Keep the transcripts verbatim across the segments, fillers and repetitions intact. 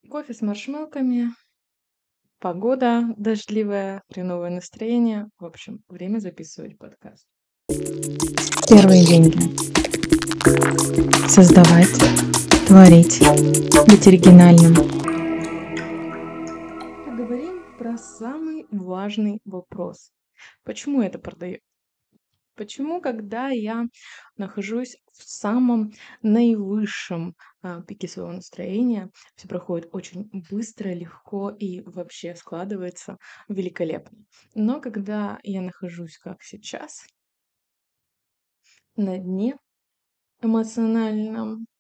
Кофе с маршмелками, погода дождливая, хреновое настроение. В общем, время записывать подкаст. Первые деньги. Создавать, творить, быть оригинальным. Поговорим про самый важный вопрос. Почему это продаю? Почему, когда я нахожусь в самом наивысшем а, пике своего настроения, все проходит очень быстро, легко и вообще складывается великолепно. Но когда я нахожусь, как сейчас, на дне эмоциональном,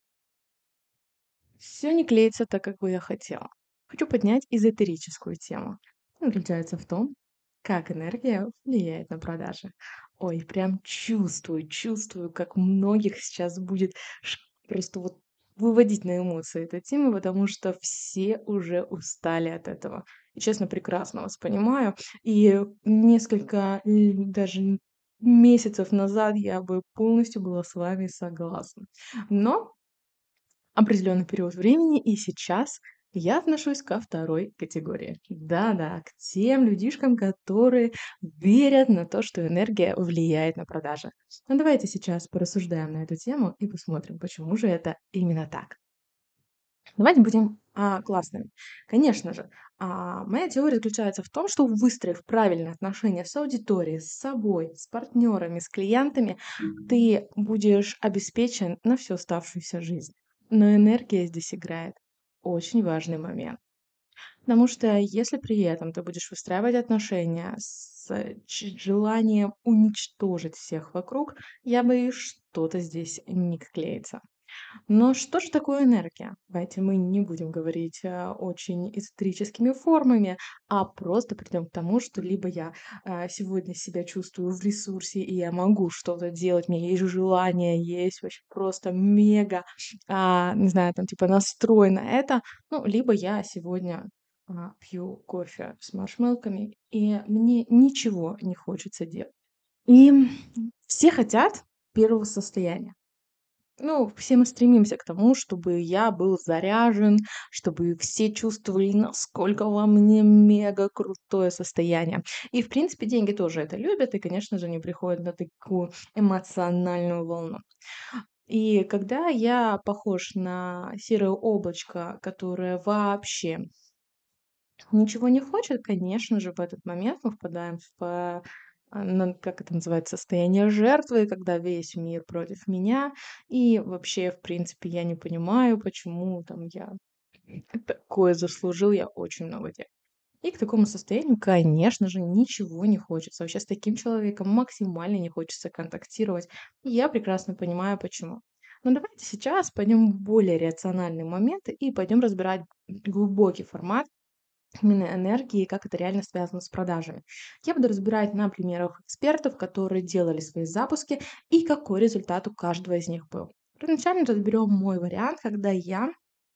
все не клеится так, как бы я хотела. Хочу поднять эзотерическую тему. Она заключается в том, как энергия влияет на продажи. Ой, прям чувствую, чувствую, как многих сейчас будет ш- просто вот выводить на эмоции эта тема, потому что все уже устали от этого. И, честно, прекрасно вас понимаю. И несколько э, даже месяцев назад я бы полностью была с вами согласна. Но определенный период времени, и сейчас я отношусь ко второй категории. Да-да, к тем людишкам, которые верят на то, что энергия влияет на продажи. Ну, давайте сейчас порассуждаем на эту тему и посмотрим, почему же это именно так. Давайте будем а, классными. Конечно же, а, моя теория заключается в том, что выстроив правильные отношения с аудиторией, с собой, с партнерами, с клиентами, ты будешь обеспечен на всю оставшуюся жизнь. Но энергия здесь играет очень важный момент. Потому что если при этом ты будешь выстраивать отношения с ч- желанием уничтожить всех вокруг, я боюсь, что-то здесь не клеится. Но что же такое энергия? Давайте мы не будем говорить а, очень эзотерическими формами, а просто придем к тому, что либо я а, сегодня себя чувствую в ресурсе, и я могу что-то делать, у меня есть желание, есть вообще просто мега, а, не знаю, там типа настрой на это, ну, либо я сегодня а, пью кофе с маршмелками, и мне ничего не хочется делать. И все хотят первого состояния. Ну, все мы стремимся к тому, чтобы я был заряжен, чтобы все чувствовали, насколько во мне мега крутое состояние. И, в принципе, деньги тоже это любят и, конечно же, не приходят на такую эмоциональную волну. И когда я похож на серое облачко, которое вообще ничего не хочет, конечно же, в этот момент мы впадаем в, а, на как это называется, состояние жертвы, когда весь мир против меня. И вообще, в принципе, я не понимаю, почему там я такое заслужил, я очень много делаю. И к такому состоянию, конечно же, ничего не хочется. Вообще с таким человеком максимально не хочется контактировать. И я прекрасно понимаю, почему. Но давайте сейчас пойдем в более рациональные моменты и пойдем разбирать глубокий формат именно энергии, и как это реально связано с продажами. Я буду разбирать на примерах экспертов, которые делали свои запуски, и какой результат у каждого из них был. Первоначально разберем мой вариант, когда я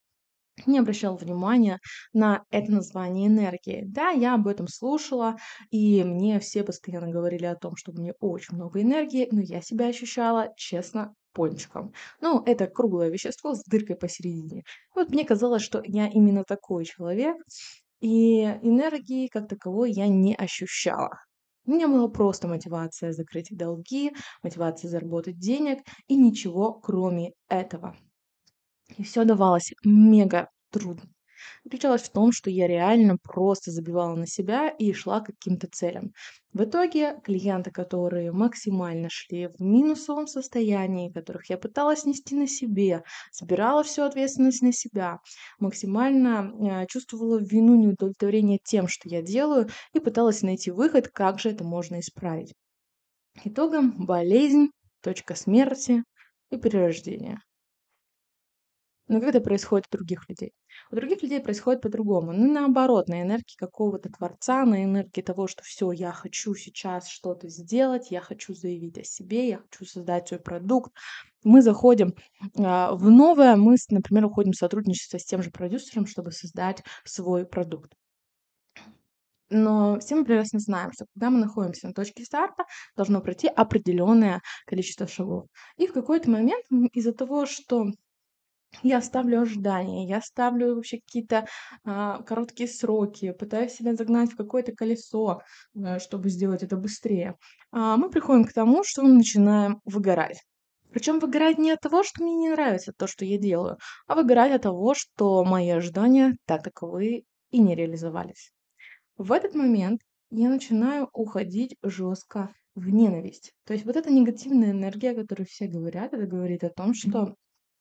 не обращала внимания на это название энергии. Да, я об этом слушала, и мне все постоянно говорили о том, что у меня очень много энергии, но я себя ощущала, честно, пончиком. Ну, это круглое вещество с дыркой посередине. Вот мне казалось, что я именно такой человек, и энергии как таковой я не ощущала. У меня была просто мотивация закрыть долги, мотивация заработать денег и ничего кроме этого. И все давалось мега трудно. Заключалось в том, что я реально просто забивала на себя и шла к каким-то целям. В итоге клиенты, которые максимально шли в минусовом состоянии, которых я пыталась нести на себе, собирала всю ответственность на себя, максимально э, чувствовала вину, неудовлетворение тем, что я делаю, и пыталась найти выход, как же это можно исправить. Итогом болезнь, точка смерти и перерождение. Но как это происходит у других людей? У других людей происходит по-другому. Ну, наоборот, на энергии какого-то творца, на энергии того, что все, я хочу сейчас что-то сделать, я хочу заявить о себе, я хочу создать свой продукт. Мы заходим а, в новое, мы, с- например, уходим в сотрудничество с тем же продюсером, чтобы создать свой продукт. Но все мы прекрасно знаем, что когда мы находимся на точке старта, должно пройти определенное количество шагов. И в какой-то момент м, из-за того, что Я ставлю ожидания, я ставлю вообще какие-то, а, короткие сроки, пытаюсь себя загнать в какое-то колесо, э, чтобы сделать это быстрее. А, мы приходим к тому, что мы начинаем выгорать. Причем выгорать не от того, что мне не нравится то, что я делаю, а выгорать от того, что мои ожидания так таковые и не реализовались. В этот момент я начинаю уходить жестко в ненависть. То есть вот эта негативная энергия, о которой все говорят, это говорит о том, что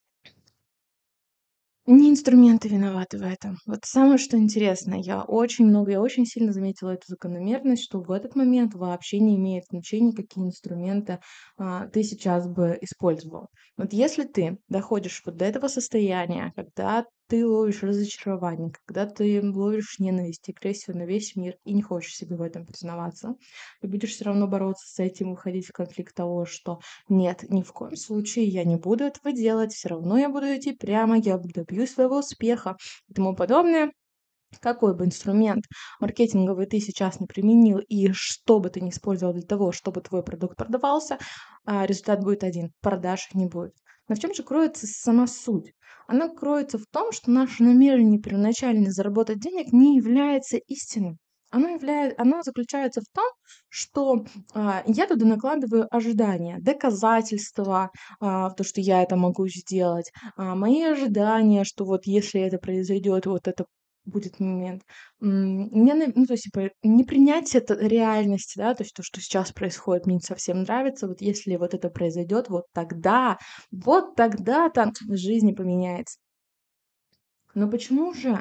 не инструменты виноваты в этом. Вот самое что интересное, я очень много, я очень сильно заметила эту закономерность, что в этот момент вообще не имеет значения, какие инструменты а, ты сейчас бы использовал. Вот если ты доходишь вот до этого состояния, когда ты ловишь разочарование, когда ты ловишь ненависть, агрессию на весь мир и не хочешь себе в этом признаваться, ты будешь все равно бороться с этим, выходить в конфликт того, что нет, ни в коем случае я не буду этого делать, все равно я буду идти прямо, я б добьюсь своего успеха и тому подобное. Какой бы инструмент маркетинговый ты сейчас не применил и что бы ты ни использовал для того, чтобы твой продукт продавался, а, результат будет один — продаж не будет. Но в чем же кроется сама суть? Она кроется в том, что наше намерение первоначально заработать денег не является истинным. Оно, являет, оно заключается в том, что а, я туда накладываю ожидания, доказательства, а, в то, что я это могу сделать, а, мои ожидания, что вот если это произойдет, вот это будет момент. М, мне, на ну, то есть, типа, не принять это реальности, да, то есть то, что сейчас происходит, мне не совсем нравится. Вот если вот это произойдет, вот тогда, вот тогда-то жизнь и поменяется. Но почему же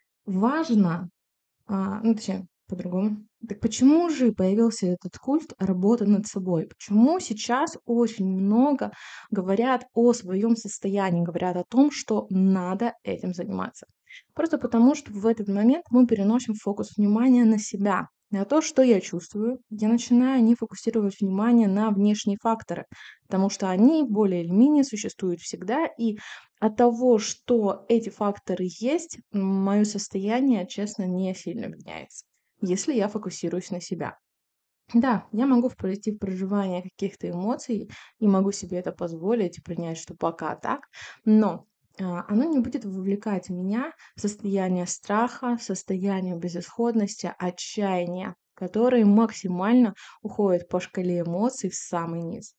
важно, а, ну, точнее, по-другому. Так почему же появился этот культ работы над собой? Почему сейчас очень много говорят о своем состоянии, говорят о том, что надо этим заниматься? Просто потому, что в этот момент мы переносим фокус внимания на себя, на то, что я чувствую. Я начинаю не фокусировать внимание на внешние факторы, потому что они более или менее существуют всегда, и от того, что эти факторы есть, мое состояние, честно, не сильно меняется, если я фокусируюсь на себя. Да, я могу в пройти в проживание каких-то эмоций и могу себе это позволить и принять, что пока так, но а, оно не будет вовлекать меня в состояние страха, в состояние безысходности, отчаяния, которые максимально уходят по шкале эмоций в самый низ.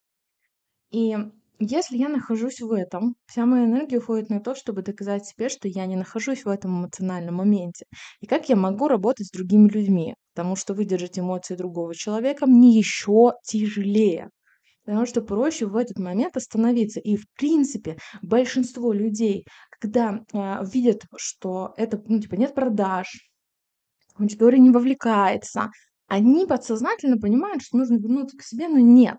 И если я нахожусь в этом, вся моя энергия уходит на то, чтобы доказать себе, что я не нахожусь в этом эмоциональном моменте. И как я могу работать с другими людьми? Потому что выдержать эмоции другого человека мне еще тяжелее. Потому что проще в этот момент остановиться. И, в принципе, большинство людей, когда а, видят, что это, ну, типа, нет продаж, аудитория не вовлекается, они подсознательно понимают, что нужно вернуться к себе, но нет.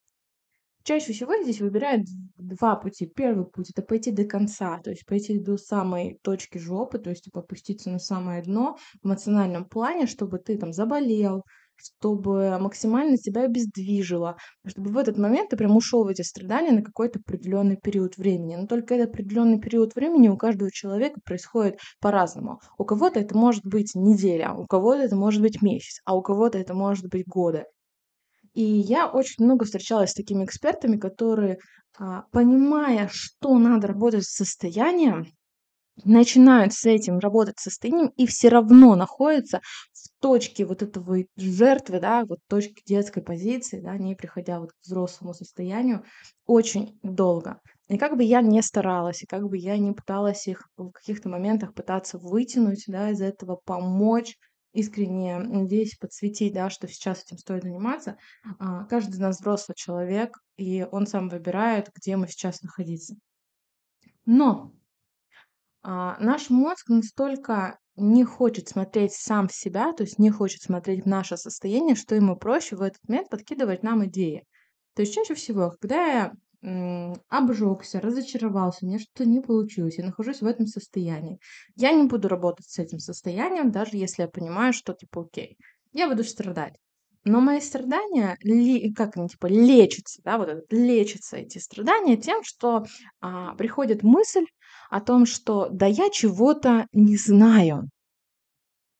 Чаще всего здесь выбирают два пути. Первый путь — это пойти до конца, то есть пойти до самой точки жопы, то есть типа опуститься на самое дно в эмоциональном плане, чтобы ты там заболел, чтобы максимально тебя обездвижило, чтобы в этот момент ты прям ушел в эти страдания на какой-то определенный период времени. Но только этот определенный период времени у каждого человека происходит по-разному. У кого-то это может быть неделя, у кого-то это может быть месяц, а у кого-то это может быть годы. И я очень много встречалась с такими экспертами, которые, а, понимая, что надо работать с состоянием, начинают с этим работать с состоянием и все равно находятся в точке вот этого и жертвы, да, вот точки детской позиции, да, не приходя вот к взрослому состоянию очень долго. И как бы я не старалась, и как бы я не пыталась их в каких-то моментах пытаться вытянуть, да, из этого, помочь, искренне надеюсь подсветить, да, что сейчас этим стоит заниматься. А, каждый из нас взрослый человек, и он сам выбирает, где ему сейчас находиться. Но а, наш мозг настолько не хочет смотреть сам в себя, то есть не хочет смотреть в наше состояние, что ему проще в этот момент подкидывать нам идеи. То есть чаще всего, когда я м, обжегся, разочаровался, у меня что-то не получилось, я нахожусь в этом состоянии. Я не буду работать с этим состоянием, даже если я понимаю, что типа окей, я буду страдать. Но мои страдания, ле- как они, типа, лечатся, да, вот это, лечатся эти страдания тем, что а, приходит мысль о том, что да я чего-то не знаю.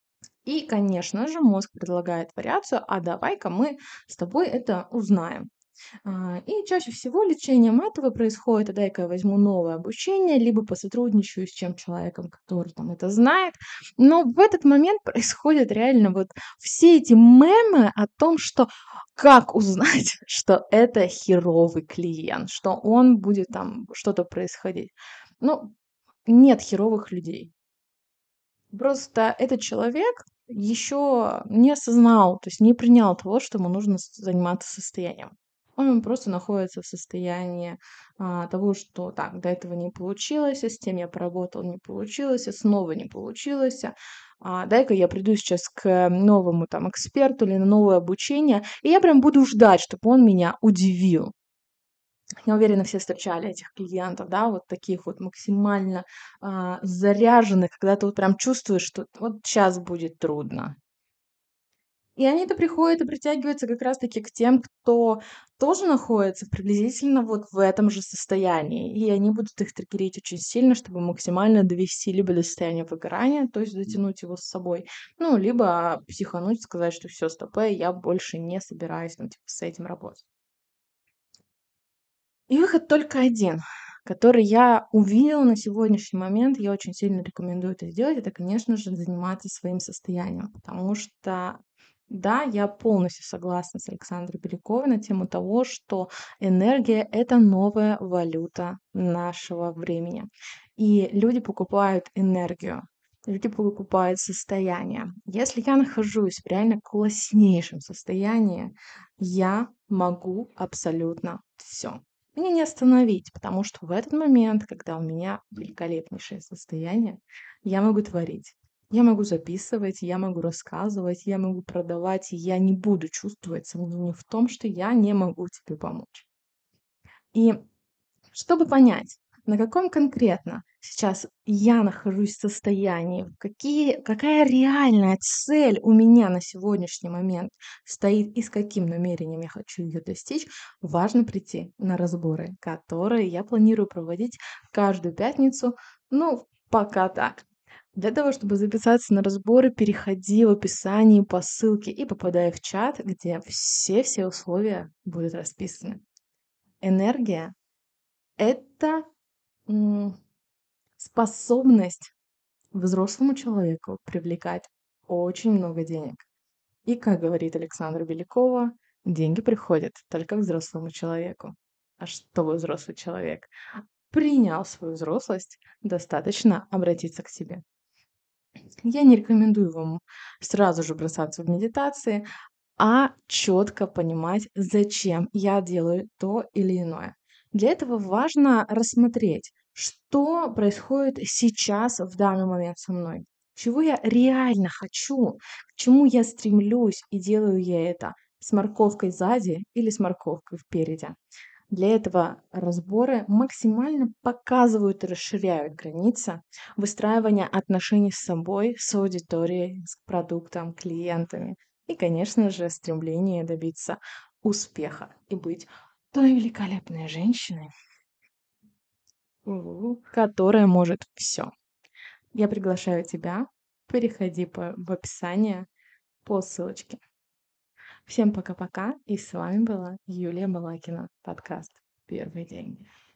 И, конечно же, мозг предлагает вариацию, а давай-ка мы с тобой это узнаем. А, и чаще всего лечением этого происходит: дай-ка я возьму новое обучение, либо посотрудничаю с чем человеком, который там это знает. Но в этот момент происходят реально вот все эти мемы о том, что как узнать, что это херовый клиент, что он будет там что-то происходить. Ну, нет херовых людей. Просто этот человек еще не осознал, то есть не принял того, что ему нужно с- заниматься состоянием. Он просто находится в состоянии а, того, что так, до этого не получилось, а с тем я поработал, не получилось, а снова не получилось. А, дай-ка я приду сейчас к новому там эксперту или на новое обучение, и я прям буду ждать, чтобы он меня удивил. Я уверена, все встречали этих клиентов, да, вот таких вот максимально, а, заряженных, когда ты вот прям чувствуешь, что вот сейчас будет трудно. И они-то приходят и притягиваются как раз таки к тем, кто тоже находится приблизительно вот в этом же состоянии. И они будут их триггерить очень сильно, чтобы максимально довести либо до состояния выгорания, то есть затянуть его с собой, ну, либо психануть, сказать, что все, стоп, э, я больше не собираюсь, ну, типа, с этим работать. И выход только один, который я увидела на сегодняшний момент. Я очень сильно рекомендую это сделать. Это, конечно же, заниматься своим состоянием. Потому что, да, я полностью согласна с Александрой Беляковой на тему того, что энергия — это новая валюта нашего времени. И люди покупают энергию. Люди покупают состояние. Если я нахожусь в реально класснейшем состоянии, я могу абсолютно все. Меня не остановить, потому что в этот момент, когда у меня великолепнейшее состояние, я могу творить. Я могу записывать, я могу рассказывать, я могу продавать, и я не буду чувствовать сомнений в том, что я не могу тебе помочь. И чтобы понять, на каком конкретно сейчас я нахожусь в состоянии, какие, какая реальная цель у меня на сегодняшний момент стоит и с каким намерением я хочу ее достичь, важно прийти на разборы, которые я планирую проводить каждую пятницу, ну, пока так. Для того, чтобы записаться на разборы, переходи в описании по ссылке и попадай в чат, где все-все условия будут расписаны. Энергия — это М, способность взрослому человеку привлекать очень много денег. И, как говорит Александра Белякова, деньги приходят только к взрослому человеку. А чтобы взрослый человек принял свою взрослость, достаточно обратиться к себе. Я не рекомендую вам сразу же бросаться в медитации, а четко понимать, зачем я делаю то или иное. Для этого важно рассмотреть, что происходит сейчас в данный момент со мной, чего я реально хочу, к чему я стремлюсь и делаю я это с морковкой сзади или с морковкой впереди. Для этого разборы максимально показывают и расширяют границы выстраивания отношений с собой, с аудиторией, с продуктом, клиентами и, конечно же, стремление добиться успеха и быть той великолепной женщиной, у, которая может все. Я приглашаю тебя, переходи по, в описание по ссылочке. Всем пока-пока, и с вами была Юлия Балакина, подкаст «Первые деньги».